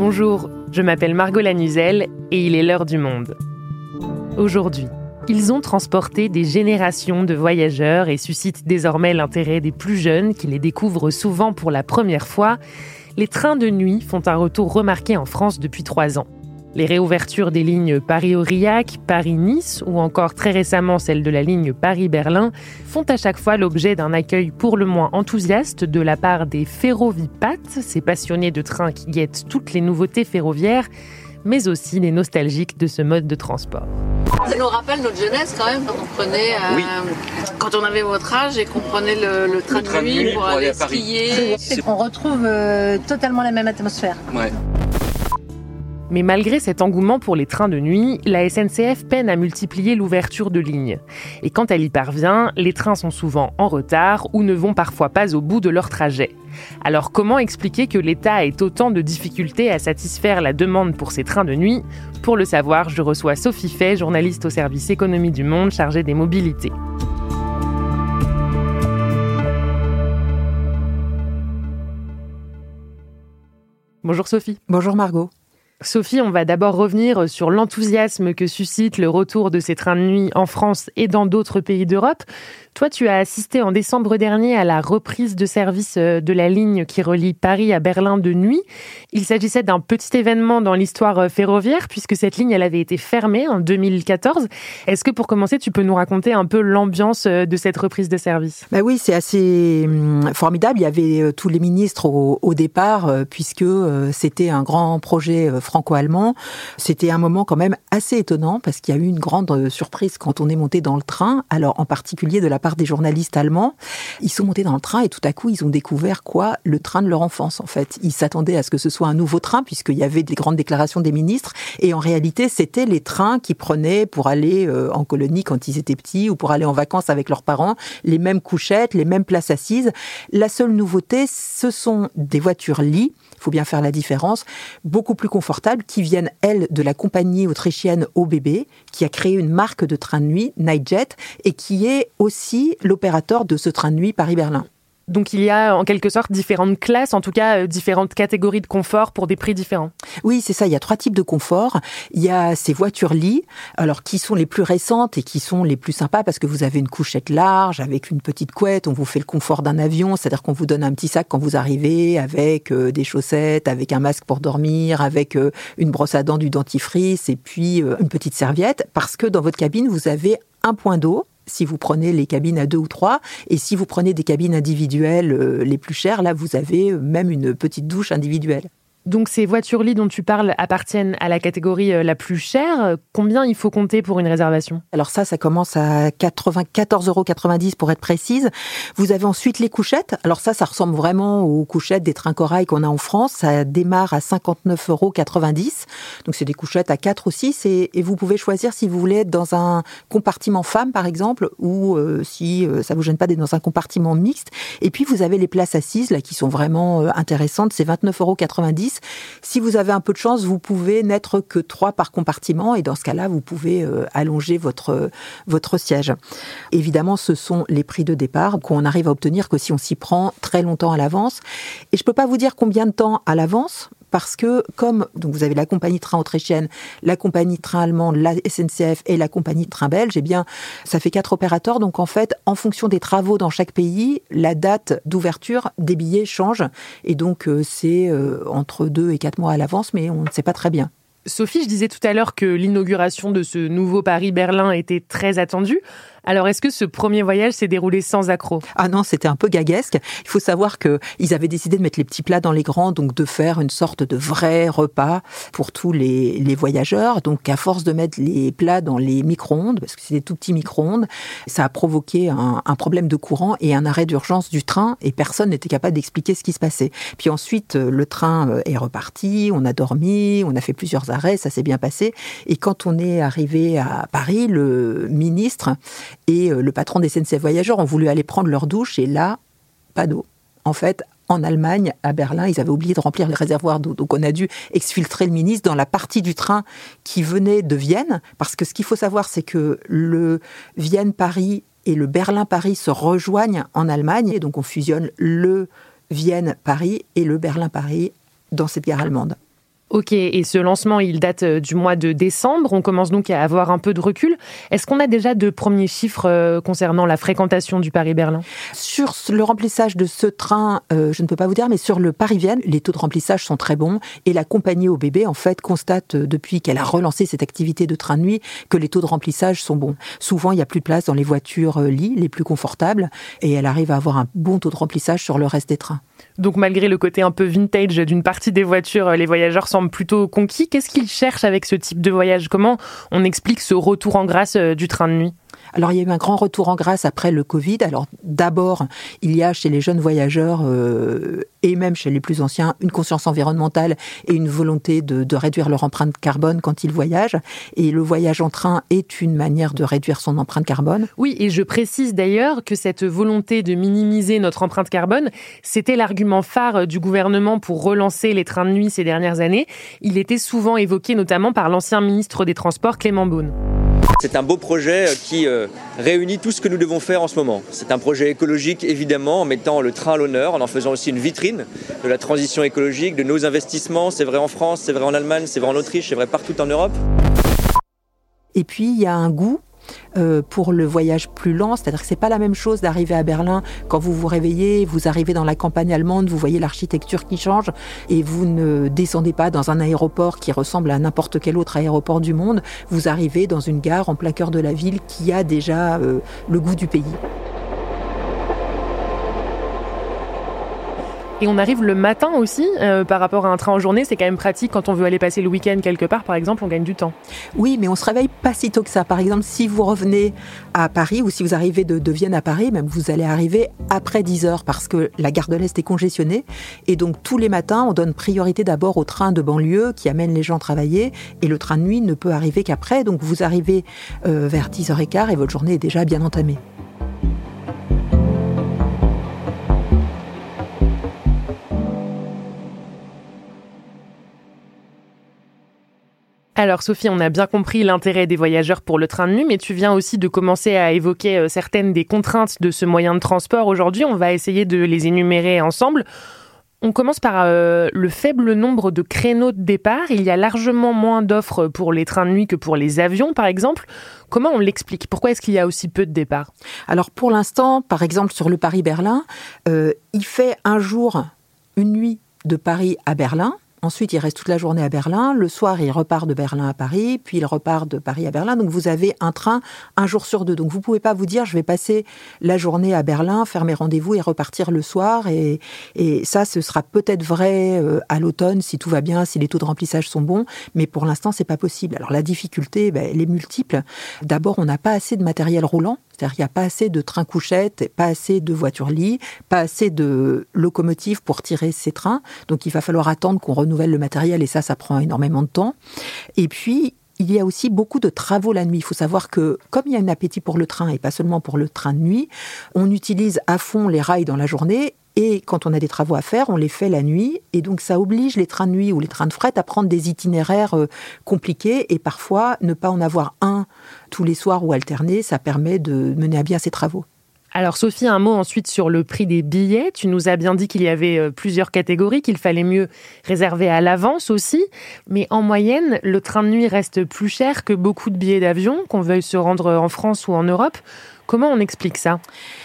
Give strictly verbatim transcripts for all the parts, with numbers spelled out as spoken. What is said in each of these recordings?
Bonjour, je m'appelle Margot Lanuzel et il est l'heure du monde. Aujourd'hui, ils ont transporté des générations de voyageurs et suscitent désormais l'intérêt des plus jeunes qui les découvrent souvent pour la première fois. Les trains de nuit font un retour remarqué en France depuis trois ans. Les réouvertures des lignes Paris-Aurillac, Paris-Nice ou encore très récemment celle de la ligne Paris-Berlin font à chaque fois l'objet d'un accueil pour le moins enthousiaste de la part des ferrovipates, ces passionnés de trains qui guettent toutes les nouveautés ferroviaires, mais aussi des nostalgiques de ce mode de transport. Ça nous rappelle notre jeunesse quand même, quand on prenait, euh, oui. quand on avait votre âge et qu'on prenait le, le train, le train de nuit pour, pour aller skier. On retrouve euh, totalement la même atmosphère. Ouais. Mais malgré cet engouement pour les trains de nuit, la S N C F peine à multiplier l'ouverture de lignes. Et quand elle y parvient, les trains sont souvent en retard ou ne vont parfois pas au bout de leur trajet. Alors comment expliquer que l'État ait autant de difficultés à satisfaire la demande pour ces trains de nuit ? Pour le savoir, je reçois Sophie Fay, journaliste au service Économie du Monde chargée des mobilités. Bonjour Sophie. Bonjour Margot. Sophie, on va d'abord revenir sur l'enthousiasme que suscite le retour de ces trains de nuit en France et dans d'autres pays d'Europe. Toi, tu as assisté en décembre dernier à la reprise de service de la ligne qui relie Paris à Berlin de nuit. Il s'agissait d'un petit événement dans l'histoire ferroviaire puisque cette ligne, elle avait été fermée en deux mille quatorze. Est-ce que pour commencer, tu peux nous raconter un peu l'ambiance de cette reprise de service ? Bah oui, c'est assez formidable. Il y avait tous les ministres au, au départ puisque c'était un grand projet franco-allemand. C'était un moment quand même assez étonnant parce qu'il y a eu une grande surprise quand on est monté dans le train. Alors en particulier de la part des journalistes allemands, ils sont montés dans le train et tout à coup, ils ont découvert quoi ? Le train de leur enfance, en fait. Ils s'attendaient à ce que ce soit un nouveau train, puisqu'il y avait des grandes déclarations des ministres, et en réalité, c'était les trains qu'ils prenaient pour aller en colonie quand ils étaient petits, ou pour aller en vacances avec leurs parents, les mêmes couchettes, les mêmes places assises. La seule nouveauté, ce sont des voitures-lits, il faut bien faire la différence, beaucoup plus confortables, qui viennent, elles, de la compagnie autrichienne O B B, qui a créé une marque de train de nuit, Nightjet, et qui est aussi l'opérateur de ce train de nuit Paris-Berlin. Donc il y a en quelque sorte différentes classes, en tout cas euh, différentes catégories de confort pour des prix différents. Oui, c'est ça, il y a trois types de confort. Il y a ces voitures-lits, alors qui sont les plus récentes et qui sont les plus sympas parce que vous avez une couchette large avec une petite couette, on vous fait le confort d'un avion, c'est-à-dire qu'on vous donne un petit sac quand vous arrivez avec euh, des chaussettes, avec un masque pour dormir, avec euh, une brosse à dents, du dentifrice et puis euh, une petite serviette parce que dans votre cabine, vous avez un point d'eau. Si vous prenez les cabines à deux ou trois, et si vous prenez des cabines individuelles euh, les plus chères, là, vous avez même une petite douche individuelle. Donc ces voitures-lits dont tu parles appartiennent à la catégorie la plus chère. Combien il faut compter pour une réservation ? Alors ça, ça commence à quatre-vingt-quatorze euros quatre-vingt-dix pour être précise. Vous avez ensuite les couchettes. Alors ça, ça ressemble vraiment aux couchettes des trains corail qu'on a en France. Ça démarre à cinquante-neuf euros quatre-vingt-dix. Donc c'est des couchettes à quatre ou six. Et, et vous pouvez choisir si vous voulez être dans un compartiment femme, par exemple, ou euh, si euh, ça vous gêne pas d'être dans un compartiment mixte. Et puis vous avez les places assises, là, qui sont vraiment euh, intéressantes. C'est vingt-neuf euros quatre-vingt-dix. Si vous avez un peu de chance, vous pouvez n'être que trois par compartiment et dans ce cas-là, vous pouvez euh, allonger votre, votre siège. Évidemment, ce sont les prix de départ qu'on arrive à obtenir que si on s'y prend très longtemps à l'avance. Et je ne peux pas vous dire combien de temps à l'avance, parce que comme donc vous avez la compagnie de train autrichienne, la compagnie de train allemande, la S N C F et la compagnie de train belge, eh bien, ça fait quatre opérateurs. Donc en fait, en fonction des travaux dans chaque pays, la date d'ouverture des billets change. Et donc euh, c'est euh, entre deux et quatre mois à l'avance, mais on ne sait pas très bien. Sophie, je disais tout à l'heure que l'inauguration de ce nouveau Paris-Berlin était très attendue. Alors, est-ce que ce premier voyage s'est déroulé sans accroc ? Ah non, c'était un peu gaguesque. Il faut savoir qu'ils avaient décidé de mettre les petits plats dans les grands, donc de faire une sorte de vrai repas pour tous les, les voyageurs. Donc, à force de mettre les plats dans les micro-ondes, parce que c'est des tout petits micro-ondes, ça a provoqué un, un problème de courant et un arrêt d'urgence du train et personne n'était capable d'expliquer ce qui se passait. Puis ensuite, le train est reparti, on a dormi, on a fait plusieurs arrêts, ça s'est bien passé. Et quand on est arrivé à Paris, le ministre et le patron des S N C F Voyageurs ont voulu aller prendre leur douche et là, pas d'eau. En fait, en Allemagne, à Berlin, ils avaient oublié de remplir les réservoirs d'eau. Donc on a dû exfiltrer le ministre dans la partie du train qui venait de Vienne. Parce que ce qu'il faut savoir, c'est que le Vienne-Paris et le Berlin-Paris se rejoignent en Allemagne. Et donc on fusionne le Vienne-Paris et le Berlin-Paris dans cette gare allemande. Ok, et ce lancement, il date du mois de décembre. On commence donc à avoir un peu de recul. Est-ce qu'on a déjà de premiers chiffres concernant la fréquentation du Paris-Berlin ? Sur le remplissage de ce train, euh, je ne peux pas vous dire, mais sur le Paris-Vienne, les taux de remplissage sont très bons. Et la compagnie O B B, en fait, constate depuis qu'elle a relancé cette activité de train de nuit que les taux de remplissage sont bons. Souvent, il n'y a plus de place dans les voitures lits les plus confortables. Et elle arrive à avoir un bon taux de remplissage sur le reste des trains. Donc malgré le côté un peu vintage d'une partie des voitures, les voyageurs semblent plutôt conquis. Qu'est-ce qu'ils cherchent avec ce type de voyage ? Comment on explique ce retour en grâce du train de nuit ? Alors, il y a eu un grand retour en grâce après le Covid. Alors, d'abord, il y a chez les jeunes voyageurs euh, et même chez les plus anciens une conscience environnementale et une volonté de, de réduire leur empreinte carbone quand ils voyagent. Et le voyage en train est une manière de réduire son empreinte carbone. Oui, et je précise d'ailleurs que cette volonté de minimiser notre empreinte carbone, c'était l'argument phare du gouvernement pour relancer les trains de nuit ces dernières années. Il était souvent évoqué notamment par l'ancien ministre des Transports, Clément Beaune. C'est un beau projet qui réunit tout ce que nous devons faire en ce moment. C'est un projet écologique, évidemment, en mettant le train à l'honneur, en en faisant aussi une vitrine de la transition écologique, de nos investissements. C'est vrai en France, c'est vrai en Allemagne, c'est vrai en Autriche, c'est vrai partout en Europe. Et puis, il y a un goût Euh, pour le voyage plus lent, c'est-à-dire que c'est pas la même chose d'arriver à Berlin quand vous vous réveillez, vous arrivez dans la campagne allemande, vous voyez l'architecture qui change et vous ne descendez pas dans un aéroport qui ressemble à n'importe quel autre aéroport du monde, vous arrivez dans une gare en plein cœur de la ville qui a déjà euh, le goût du pays. Et on arrive le matin aussi, euh, par rapport à un train en journée, c'est quand même pratique quand on veut aller passer le week-end quelque part, par exemple, on gagne du temps. Oui, mais on se réveille pas si tôt que ça. Par exemple, si vous revenez à Paris ou si vous arrivez de, de Vienne à Paris, même vous allez arriver après dix heures parce que la gare de l'Est est congestionnée. Et donc, tous les matins, on donne priorité d'abord au train de banlieue qui amène les gens travailler et le train de nuit ne peut arriver qu'après. Donc, vous arrivez euh, vers dix heures quinze et votre journée est déjà bien entamée. Alors Sophie, on a bien compris l'intérêt des voyageurs pour le train de nuit, mais tu viens aussi de commencer à évoquer certaines des contraintes de ce moyen de transport. Aujourd'hui, on va essayer de les énumérer ensemble. On commence par euh, le faible nombre de créneaux de départ. Il y a largement moins d'offres pour les trains de nuit que pour les avions, par exemple. Comment on l'explique ? Pourquoi est-ce qu'il y a aussi peu de départs ? Alors pour l'instant, par exemple sur le Paris-Berlin, euh, il fait un jour, une nuit de Paris à Berlin. Ensuite, il reste toute la journée à Berlin. Le soir, il repart de Berlin à Paris, puis il repart de Paris à Berlin. Donc, vous avez un train un jour sur deux. Donc, vous ne pouvez pas vous dire, je vais passer la journée à Berlin, faire mes rendez-vous et repartir le soir. Et, et ça, ce sera peut-être vrai à l'automne, si tout va bien, si les taux de remplissage sont bons. Mais pour l'instant, c'est pas possible. Alors, la difficulté, ben, elle est multiple. D'abord, on n'a pas assez de matériel roulant. C'est-à-dire qu'il n'y a pas assez de trains-couchettes, pas assez de voitures-lits, pas assez de locomotives pour tirer ces trains. Donc, il va falloir attendre qu'on renouvelle le matériel et ça, ça prend énormément de temps. Et puis, il y a aussi beaucoup de travaux la nuit. Il faut savoir que, comme il y a un appétit pour le train et pas seulement pour le train de nuit, on utilise à fond les rails dans la journée. Et quand on a des travaux à faire, on les fait la nuit. Et donc, ça oblige les trains de nuit ou les trains de fret à prendre des itinéraires euh, compliqués. Et parfois, ne pas en avoir un tous les soirs ou alterner, ça permet de mener à bien ces travaux. Alors Sophie, un mot ensuite sur le prix des billets. Tu nous as bien dit qu'il y avait plusieurs catégories, qu'il fallait mieux réserver à l'avance aussi. Mais en moyenne, le train de nuit reste plus cher que beaucoup de billets d'avion, qu'on veuille se rendre en France ou en Europe. Comment on explique ça ?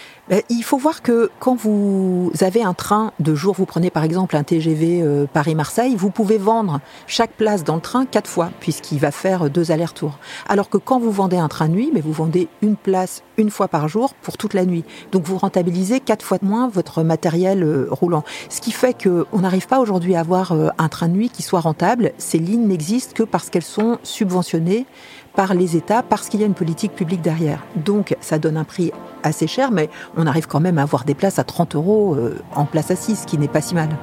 Il faut voir que quand vous avez un train de jour, vous prenez par exemple un T G V euh, Paris-Marseille, vous pouvez vendre chaque place dans le train quatre fois, puisqu'il va faire deux allers-retours. Alors que quand vous vendez un train de nuit, mais vous vendez une place une fois par jour pour toute la nuit. Donc vous rentabilisez quatre fois de moins votre matériel euh, roulant. Ce qui fait qu'on n'arrive pas aujourd'hui à avoir euh, un train de nuit qui soit rentable. Ces lignes n'existent que parce qu'elles sont subventionnées par les États, parce qu'il y a une politique publique derrière. Donc, ça donne un prix assez cher, mais on arrive quand même à avoir des places à trente euros euh, en place assise, ce qui n'est pas si mal.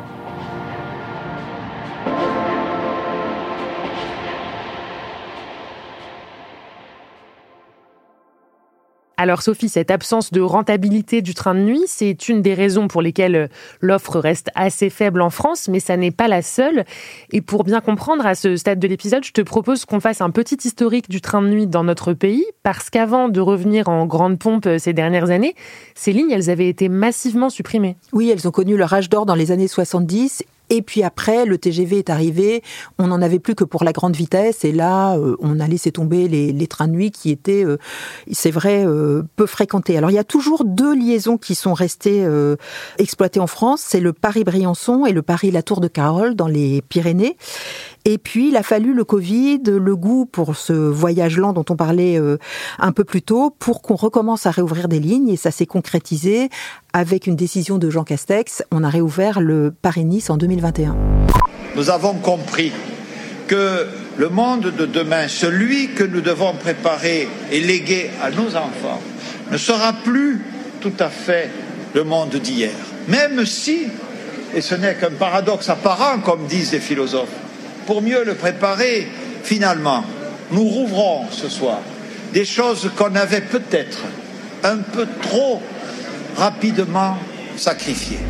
Alors Sophie, cette absence de rentabilité du train de nuit, c'est une des raisons pour lesquelles l'offre reste assez faible en France, mais ça n'est pas la seule. Et pour bien comprendre à ce stade de l'épisode, je te propose qu'on fasse un petit historique du train de nuit dans notre pays, parce qu'avant de revenir en grande pompe ces dernières années, ces lignes, elles avaient été massivement supprimées. Oui, elles ont connu leur âge d'or dans les années soixante-dix. Et puis après, le T G V est arrivé, on n'en avait plus que pour la grande vitesse, et là, euh, on a laissé tomber les, les trains de nuit qui étaient, euh, c'est vrai, euh, peu fréquentés. Alors, il y a toujours deux liaisons qui sont restées euh, exploitées en France, c'est le Paris-Briançon et le Paris-La Tour de Carol dans les Pyrénées. Et puis, il a fallu le Covid, le goût pour ce voyage lent dont on parlait euh, un peu plus tôt, pour qu'on recommence à réouvrir des lignes. Et ça s'est concrétisé avec une décision de Jean Castex. On a réouvert le Paris-Nice en deux mille vingt et un. Nous avons compris que le monde de demain, celui que nous devons préparer et léguer à nos enfants, ne sera plus tout à fait le monde d'hier. Même si, et ce n'est qu'un paradoxe apparent, comme disent les philosophes, pour mieux le préparer, finalement, nous rouvrons ce soir des choses qu'on avait peut-être un peu trop rapidement sacrifiées.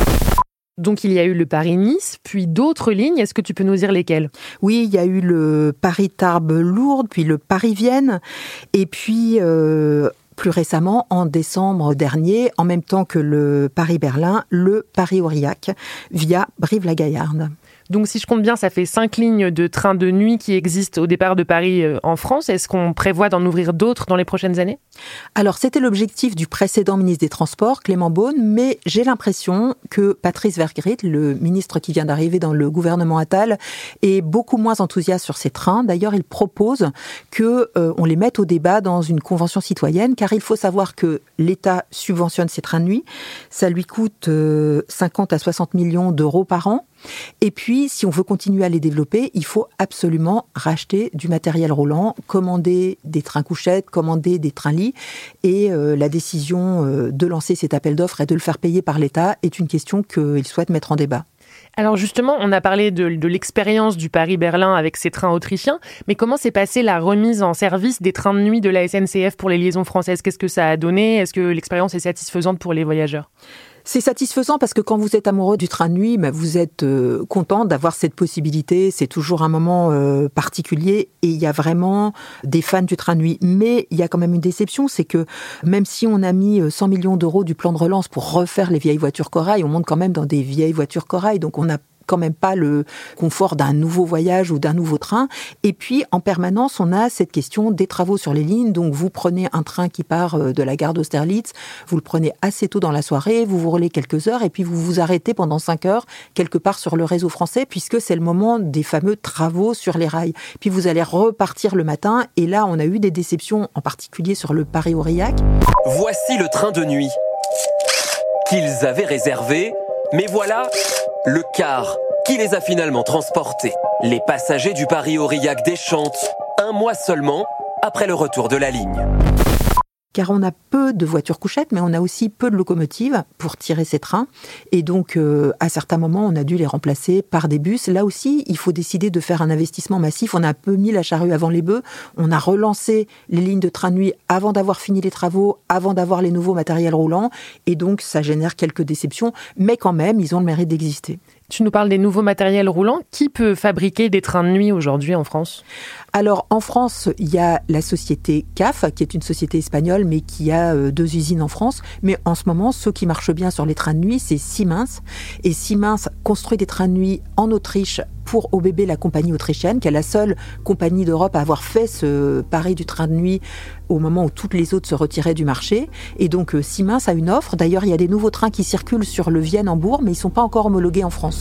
Donc il y a eu le Paris-Nice, puis d'autres lignes. Est-ce que tu peux nous dire lesquelles ? Oui, il y a eu le Paris-Tarbes-Lourdes, puis le Paris-Vienne, et puis euh, plus récemment, en décembre dernier, en même temps que le Paris-Berlin, le Paris-Aurillac, via Brive-la-Gaillarde. Donc si je compte bien, ça fait cinq lignes de trains de nuit qui existent au départ de Paris en France. Est-ce qu'on prévoit d'en ouvrir d'autres dans les prochaines années ? Alors c'était l'objectif du précédent ministre des Transports, Clément Beaune, mais j'ai l'impression que Patrice Vergrit, le ministre qui vient d'arriver dans le gouvernement Attal, est beaucoup moins enthousiaste sur ces trains. D'ailleurs, il propose que euh, on les mette au débat dans une convention citoyenne, car il faut savoir que l'État subventionne ces trains de nuit. Ça lui coûte euh, cinquante à soixante millions d'euros par an. Et puis, si on veut continuer à les développer, il faut absolument racheter du matériel roulant, commander des trains couchettes, commander des trains-lits. Et euh, la décision euh, de lancer cet appel d'offres et de le faire payer par l'État est une question qu'il souhaite mettre en débat. Alors justement, on a parlé de, de l'expérience du Paris-Berlin avec ces trains autrichiens, mais comment s'est passée la remise en service des trains de nuit de la S N C F pour les liaisons françaises ? Qu'est-ce que ça a donné ? Est-ce que l'expérience est satisfaisante pour les voyageurs ? C'est satisfaisant parce que quand vous êtes amoureux du train de nuit, bah vous êtes euh, content d'avoir cette possibilité. C'est toujours un moment euh, particulier et il y a vraiment des fans du train de nuit. Mais il y a quand même une déception, c'est que même si on a mis cent millions d'euros du plan de relance pour refaire les vieilles voitures corail, on monte quand même dans des vieilles voitures corail. Donc on a quand même pas le confort d'un nouveau voyage ou d'un nouveau train. Et puis, en permanence, on a cette question des travaux sur les lignes. Donc, vous prenez un train qui part de la gare d'Austerlitz, vous le prenez assez tôt dans la soirée, vous vous roulez quelques heures et puis vous vous arrêtez pendant cinq heures quelque part sur le réseau français puisque c'est le moment des fameux travaux sur les rails. Puis, vous allez repartir le matin et là, on a eu des déceptions, en particulier sur le Paris-Aurillac. Voici le train de nuit qu'ils avaient réservé, mais voilà le car qui les a finalement transportés. Les passagers du Paris-Aurillac déchantent, un mois seulement après le retour de la ligne. Car on a peu de voitures couchettes, mais on a aussi peu de locomotives pour tirer ces trains. Et donc, euh, à certains moments, on a dû les remplacer par des bus. Là aussi, il faut décider de faire un investissement massif. On a un peu mis la charrue avant les bœufs. On a relancé les lignes de train de nuit avant d'avoir fini les travaux, avant d'avoir les nouveaux matériels roulants. Et donc, ça génère quelques déceptions. Mais quand même, ils ont le mérite d'exister. Tu nous parles des nouveaux matériels roulants. Qui peut fabriquer des trains de nuit aujourd'hui en France ? Alors, en France, il y a la société C A F, qui est une société espagnole, mais qui a deux usines en France. Mais en ce moment, ceux qui marchent bien sur les trains de nuit, c'est Siemens. Et Siemens construit des trains de nuit en Autriche pour O B B, la compagnie autrichienne, qui est la seule compagnie d'Europe à avoir fait ce pari du train de nuit au moment où toutes les autres se retiraient du marché. Et donc, Siemens a une offre. D'ailleurs, il y a des nouveaux trains qui circulent sur le Vienne-Hambourg, mais ils ne sont pas encore homologués en France.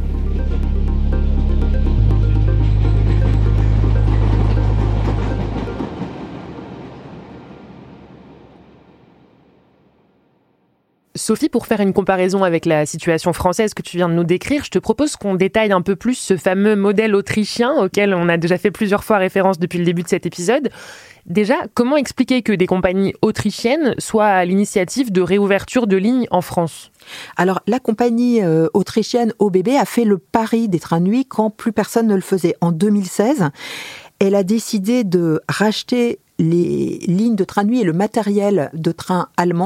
Sophie, pour faire une comparaison avec la situation française que tu viens de nous décrire, je te propose qu'on détaille un peu plus ce fameux modèle autrichien auquel on a déjà fait plusieurs fois référence depuis le début de cet épisode. Déjà, comment expliquer que des compagnies autrichiennes soient à l'initiative de réouverture de lignes en France ? Alors, la compagnie euh, autrichienne O B B a fait le pari des trains de nuit quand plus personne ne le faisait. En deux mille seize, elle a décidé de racheter les lignes de train de nuit et le matériel de train allemand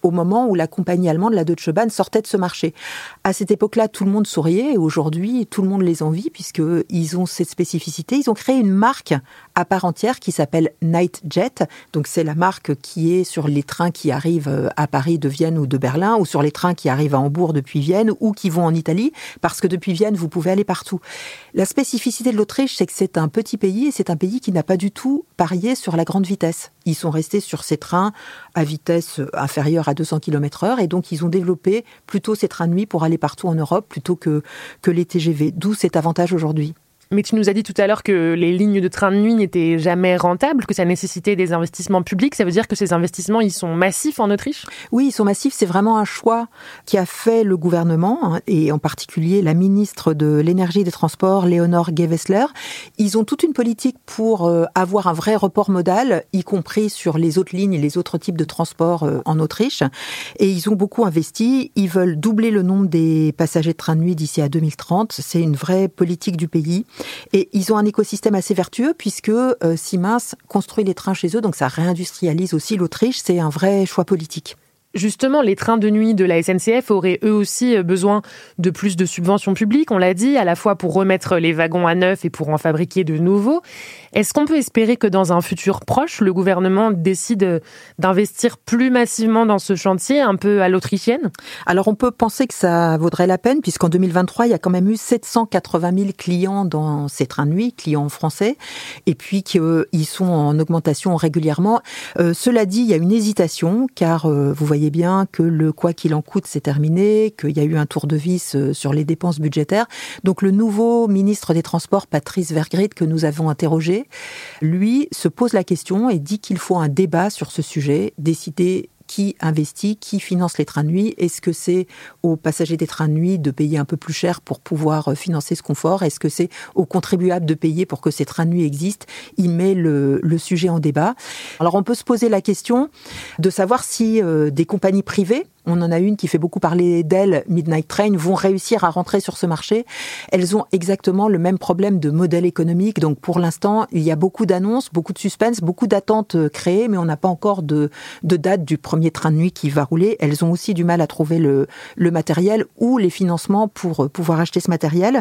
au moment où la compagnie allemande, la Deutsche Bahn, sortait de ce marché. À cette époque-là, tout le monde souriait et aujourd'hui, tout le monde les envie puisqu'ils ont cette spécificité. Ils ont créé une marque à part entière qui s'appelle Nightjet. Donc, c'est la marque qui est sur les trains qui arrivent à Paris de Vienne ou de Berlin ou sur les trains qui arrivent à Hambourg depuis Vienne ou qui vont en Italie parce que depuis Vienne, vous pouvez aller partout. La spécificité de l'Autriche, c'est que c'est un petit pays et c'est un pays qui n'a pas du tout parié sur la grande vitesse. Ils sont restés sur ces trains à vitesse inférieure à deux cents kilomètres heure et donc ils ont développé plutôt ces trains de nuit pour aller partout en Europe plutôt que, que les T G V, d'où cet avantage aujourd'hui. Mais tu nous as dit tout à l'heure que les lignes de train de nuit n'étaient jamais rentables, que ça nécessitait des investissements publics. Ça veut dire que ces investissements, ils sont massifs en Autriche ? Oui, ils sont massifs. C'est vraiment un choix qui a fait le gouvernement, hein, et en particulier la ministre de l'Énergie et des Transports, Leonore Gewessler. Ils ont toute une politique pour euh, avoir un vrai report modal, y compris sur les autres lignes et les autres types de transports euh, en Autriche. Et ils ont beaucoup investi. Ils veulent doubler le nombre des passagers de train de nuit d'ici à deux mille trente. C'est une vraie politique du pays. Et ils ont un écosystème assez vertueux puisque euh, Siemens construit les trains chez eux, donc ça réindustrialise aussi l'Autriche. C'est un vrai choix politique. Justement, les trains de nuit de la S N C F auraient eux aussi besoin de plus de subventions publiques, on l'a dit, à la fois pour remettre les wagons à neuf et pour en fabriquer de nouveaux. Est-ce qu'on peut espérer que dans un futur proche, le gouvernement décide d'investir plus massivement dans ce chantier, un peu à l'autrichienne ? Alors on peut penser que ça vaudrait la peine, puisqu'en deux mille vingt-trois, il y a quand même eu sept cent quatre-vingt mille clients dans ces trains de nuit, clients français, et puis qu'ils sont en augmentation régulièrement. Euh, cela dit, il y a une hésitation, car euh, vous voyez bien que le quoi qu'il en coûte, c'est terminé, qu'il y a eu un tour de vis sur les dépenses budgétaires. Donc le nouveau ministre des Transports, Patrice Vergrit, que nous avons interrogé, lui se pose la question et dit qu'il faut un débat sur ce sujet, décider qui investit, qui finance les trains de nuit. Est-ce que c'est aux passagers des trains de nuit de payer un peu plus cher pour pouvoir financer ce confort ? Est-ce que c'est aux contribuables de payer pour que ces trains de nuit existent ? Il met le, le sujet en débat. Alors on peut se poser la question de savoir si euh, des compagnies privées, on en a une qui fait beaucoup parler d'elle, Midnight Train, vont réussir à rentrer sur ce marché. Elles ont exactement le même problème de modèle économique. Donc pour l'instant, il y a beaucoup d'annonces, beaucoup de suspense, beaucoup d'attentes créées, mais on n'a pas encore de, de date du premier train de nuit qui va rouler. Elles ont aussi du mal à trouver le, le matériel ou les financements pour pouvoir acheter ce matériel.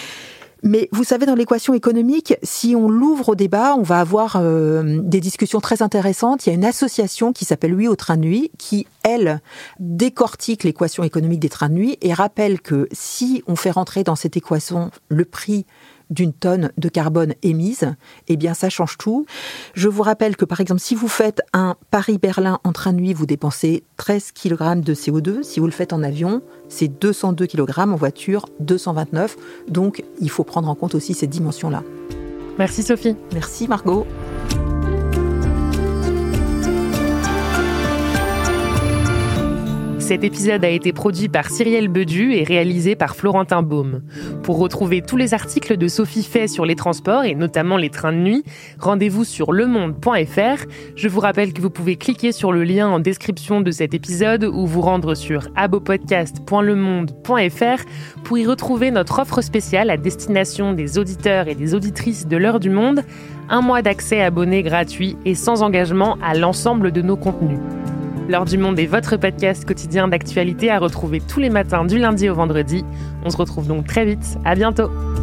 Mais vous savez, dans l'équation économique, si on l'ouvre au débat, on va avoir euh, des discussions très intéressantes. Il y a une association qui s'appelle Oui au train de nuit, qui, elle, décortique l'équation économique des trains de nuit et rappelle que si on fait rentrer dans cette équation le prix d'une tonne de carbone émise, eh bien ça change tout. Je vous rappelle que par exemple, si vous faites un Paris-Berlin en train de nuit, vous dépensez treize kilogrammes de C O deux. Si vous le faites en avion, c'est deux cent deux kilogrammes, en voiture deux cent vingt-neuf. Donc il faut prendre en compte aussi cette dimension-là. Merci Sophie. Merci Margot. Cet épisode a été produit par Cyrielle Bedu et réalisé par Florentin Baume. Pour retrouver tous les articles de Sophie Fay sur les transports et notamment les trains de nuit, rendez-vous sur le monde point f r. Je vous rappelle que vous pouvez cliquer sur le lien en description de cet épisode ou vous rendre sur abopodcast point le monde point f r pour y retrouver notre offre spéciale à destination des auditeurs et des auditrices de l'Heure du Monde, un mois d'accès abonné gratuit et sans engagement à l'ensemble de nos contenus. L'Heure du Monde est votre podcast quotidien d'actualité à retrouver tous les matins du lundi au vendredi. On se retrouve donc très vite. À bientôt.